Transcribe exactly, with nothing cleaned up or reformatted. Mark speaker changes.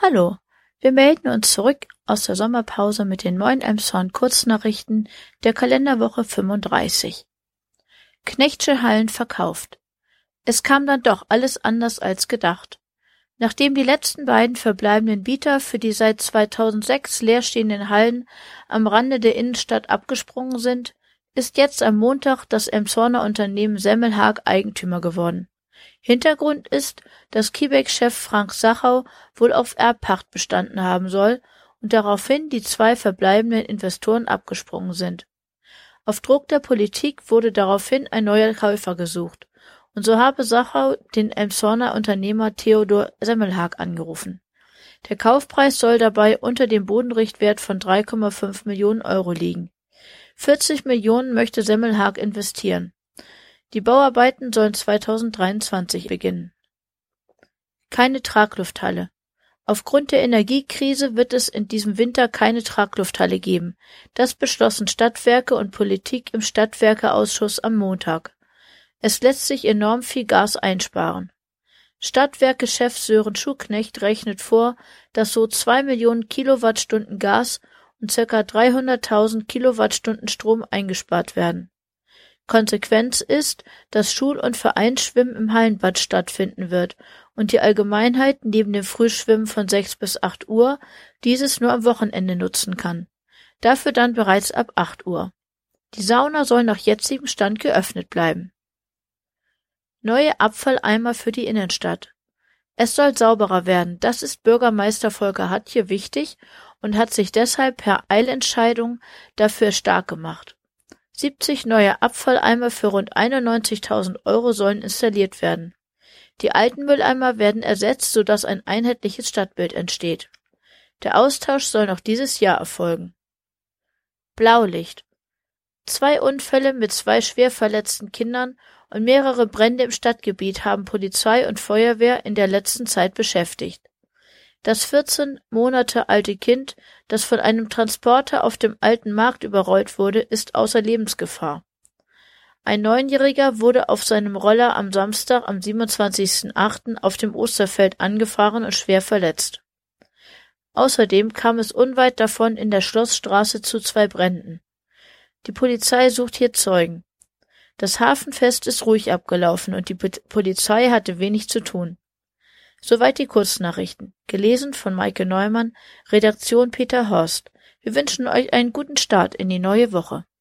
Speaker 1: Hallo, wir melden uns zurück aus der Sommerpause mit den neuen Elmshorn Kurznachrichten der Kalenderwoche fünfunddreißig. Knechtsche Hallen verkauft. Es kam dann doch alles anders als gedacht. Nachdem die letzten beiden verbleibenden Bieter für die seit zweitausendsechs leerstehenden Hallen am Rande der Innenstadt abgesprungen sind, ist jetzt am Montag das Elmshorner Unternehmen Semmelhag Eigentümer geworden. Hintergrund ist, dass Kiebeck-Chef Frank Sachau wohl auf Erbpacht bestanden haben soll und daraufhin die zwei verbleibenden Investoren abgesprungen sind. Auf Druck der Politik wurde daraufhin ein neuer Käufer gesucht, und so habe Sachau den Elmshorner Unternehmer Theodor Semmelhag angerufen. Der Kaufpreis soll dabei unter dem Bodenrichtwert von drei Komma fünf Millionen Euro liegen. vierzig Millionen möchte Semmelhag investieren. Die Bauarbeiten sollen zweitausenddreiundzwanzig beginnen. Keine Traglufthalle. Aufgrund der Energiekrise wird es in diesem Winter keine Traglufthalle geben. Das beschlossen Stadtwerke und Politik im Stadtwerkeausschuss am Montag. Es lässt sich enorm viel Gas einsparen. Stadtwerke-Chef Sören Schuknecht rechnet vor, dass so zwei Millionen Kilowattstunden Gas und ca. dreihunderttausend Kilowattstunden Strom eingespart werden. Konsequenz ist, dass Schul- und Vereinsschwimmen im Hallenbad stattfinden wird und die Allgemeinheit neben dem Frühschwimmen von sechs bis acht Uhr dieses nur am Wochenende nutzen kann. Dafür dann bereits ab acht Uhr. Die Sauna soll nach jetzigem Stand geöffnet bleiben. Neue Abfalleimer für die Innenstadt. Es soll sauberer werden, das ist Bürgermeister Volker Hatje wichtig und hat sich deshalb per Eilentscheidung dafür stark gemacht. siebzig neue Abfalleimer für rund einundneunzigtausend Euro sollen installiert werden. Die alten Mülleimer werden ersetzt, sodass ein einheitliches Stadtbild entsteht. Der Austausch soll noch dieses Jahr erfolgen. Blaulicht. Zwei Unfälle mit zwei schwer verletzten Kindern und mehrere Brände im Stadtgebiet haben Polizei und Feuerwehr in der letzten Zeit beschäftigt. Das vierzehn Monate alte Kind, das von einem Transporter auf dem Alten Markt überrollt wurde, ist außer Lebensgefahr. Ein Neunjähriger wurde auf seinem Roller am Samstag, am siebenundzwanzigsten achten auf dem Osterfeld angefahren und schwer verletzt. Außerdem kam es unweit davon in der Schlossstraße zu zwei Bränden. Die Polizei sucht hier Zeugen. Das Hafenfest ist ruhig abgelaufen und die Polizei hatte wenig zu tun. Soweit die Kurznachrichten, gelesen von Maike Neumann, Redaktion Peter Horst. Wir wünschen euch einen guten Start in die neue Woche.